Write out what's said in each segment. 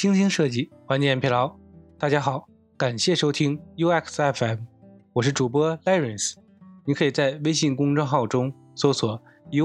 精心设计，缓解疲劳。大家好，感谢收听 UXFM， 我是主播 Lawrence。你可以在微信公众号中搜索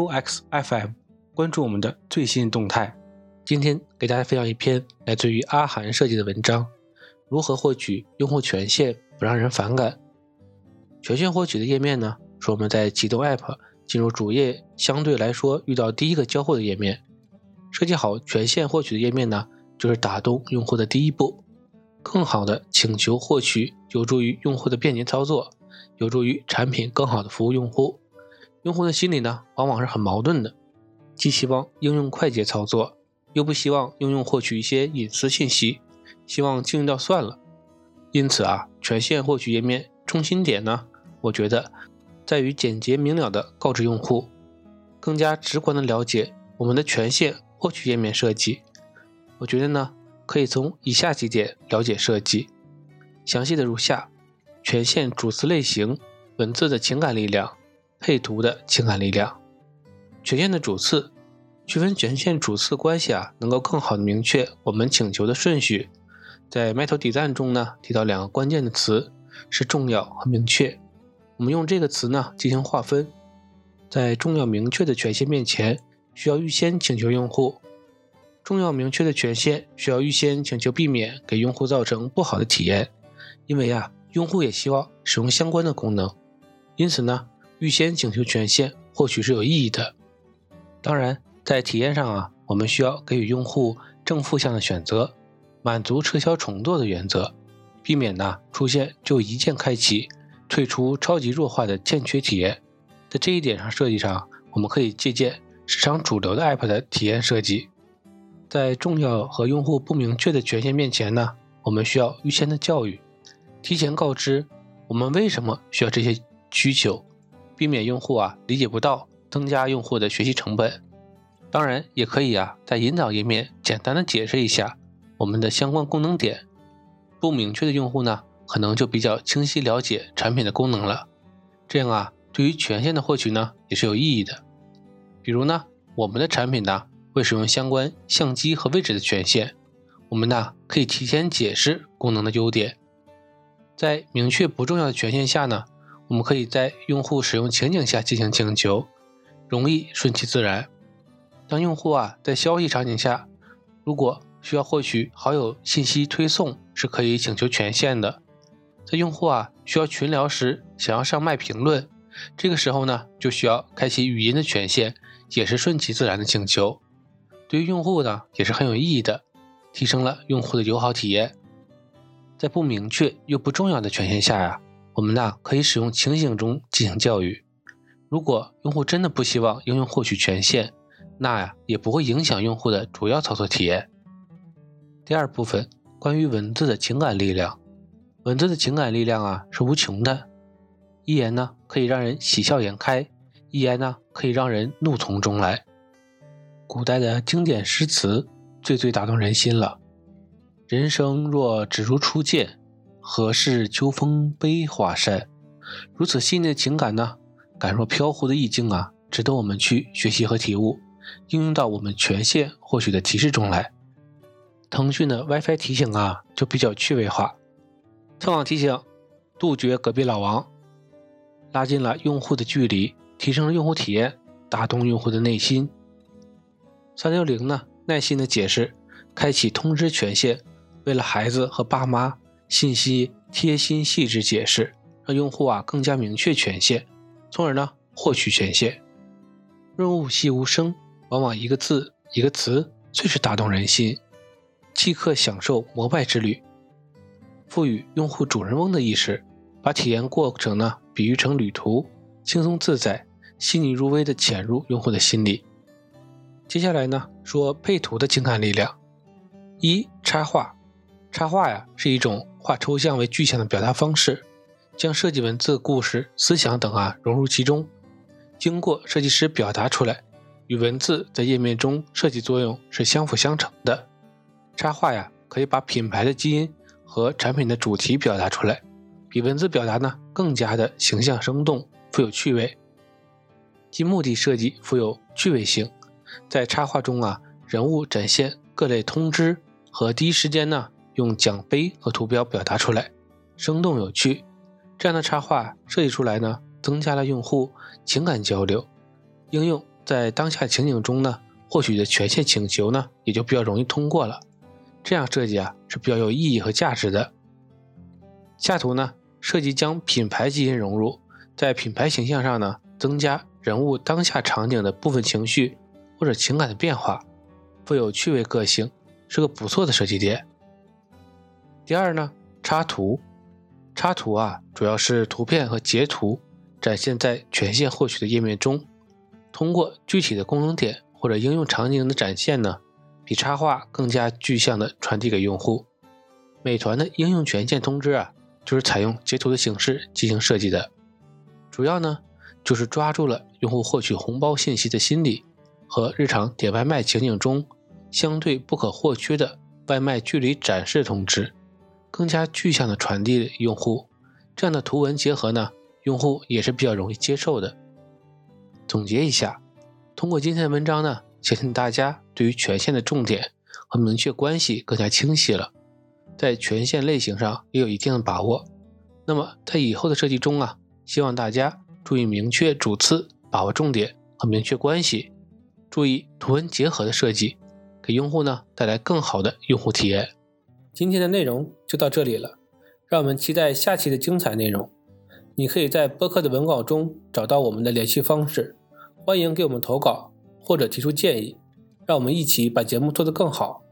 UXFM， 关注我们的最新动态。今天给大家分享一篇来自于阿涵设计的文章，如何获取用户权限不让人反感。权限获取的页面呢，是我们在启动 App 进入主页相对来说遇到第一个交互的页面。设计好权限获取的页面呢，就是打动用户的第一步。更好的请求获取有助于用户的便捷操作，有助于产品更好的服务用户。用户的心理呢，往往是很矛盾的，既希望应用快捷操作，又不希望应用获取一些隐私信息，希望静音掉算了。因此权限获取页面中心点呢，我觉得在于简洁明了的告知用户，更加直观的了解我们的权限获取页面设计。我觉得呢，可以从以下几点了解设计，详细的如下：权限主词类型，文字的情感力量，配图的情感力量。权限的主次，区分权限主次关系能够更好的明确我们请求的顺序。在 Meta Design 中呢，提到两个关键的词是重要和明确。我们用这个词呢进行划分，在重要明确的权限面前，需要预先请求用户。重要明确的权限需要预先请求避免给用户造成不好的体验，因为用户也希望使用相关的功能，因此呢，预先请求权限或许是有意义的。当然，在体验上我们需要给予用户正负向的选择，满足撤销重做的原则，避免出现就一键开启退出超级弱化的欠缺体验。在这一点上设计上，我们可以借鉴市场主流的 App 的体验设计。在重要和用户不明确的权限面前呢，我们需要预先的教育，提前告知我们为什么需要这些需求，避免用户理解不到，增加用户的学习成本。当然也可以在引导页面简单的解释一下我们的相关功能点，不明确的用户呢，可能就比较清晰了解产品的功能了。这样对于权限的获取呢，也是有意义的。比如呢，我们的产品呢，会使用相关相机和位置的权限，我们呢可以提前解释功能的优点。在明确不重要的权限下呢，我们可以在用户使用情景下进行请求，容易顺其自然。当用户在消息场景下，如果需要获取好友信息推送，是可以请求权限的。在用户需要群聊时，想要上麦评论，这个时候呢，就需要开启语音的权限，也是顺其自然的请求。对于用户呢，也是很有意义的，提升了用户的友好体验。在不明确又不重要的权限下我们可以使用情景中进行教育。如果用户真的不希望应用获取权限，那也不会影响用户的主要操作体验。第二部分，关于文字的情感力量。文字的情感力量是无穷的，一言呢可以让人喜笑颜开，一言呢可以让人怒从中来。古代的经典诗词最打动人心了。人生若只如初见，何事秋风悲画扇。如此细腻的情感呢，感若飘忽的意境值得我们去学习和体悟，应用到我们权限获取的提示中来。腾讯的 WiFi 提醒就比较趣味化，蹭网提醒，杜绝隔壁老王，拉近了用户的距离，提升了用户体验，打动用户的内心。360呢，耐心的解释，开启通知权限，为了孩子和爸妈，信息贴心细致解释，让用户更加明确权限，从而呢获取权限。润物细无声，往往一个字一个词最是打动人心。即刻享受膜拜之旅，赋予用户主人翁的意识，把体验过程呢比喻成旅途，轻松自在，细腻入微的潜入用户的心里。接下来呢，说配图的情感力量。插画。插画是一种化抽象为具象的表达方式，将设计文字、故事、思想等融入其中，经过设计师表达出来，与文字在页面中设计作用是相辅相成的。插画可以把品牌的基因和产品的主题表达出来，比文字表达呢更加的形象生动，富有趣味。其目的设计富有趣味性，在插画中人物展现各类通知、 和第一时间呢用奖杯和图标表达出来，生动有趣。这样的插画设计出来呢，增加了用户情感交流，应用在当下情景中呢，获取的权限请求呢也就比较容易通过了。这样设计是比较有意义和价值的。下图呢，设计将品牌基因融入，在品牌形象上呢，增加人物当下场景的部分情绪或者情感的变化，富有趣味个性，是个不错的设计点。第二呢，插图主要是图片和截图展现在权限获取的页面中，通过具体的功能点或者应用场景的展现呢，比插画更加具象的传递给用户。美团的应用权限通知就是采用截图的形式进行设计的，主要呢就是抓住了用户获取红包信息的心理和日常点外卖情景中相对不可或缺的外卖距离展示通知，更加具象的传递给用户。这样的图文结合呢，用户也是比较容易接受的。总结一下，通过今天的文章呢，相信大家对于权限的重点和明确关系更加清晰了，在权限类型上也有一定的把握。那么在以后的设计中希望大家注意明确主次，把握重点和明确关系，注意图文结合的设计，给用户呢带来更好的用户体验。今天的内容就到这里了，让我们期待下期的精彩内容。你可以在播客的文稿中找到我们的联系方式，欢迎给我们投稿或者提出建议，让我们一起把节目做得更好。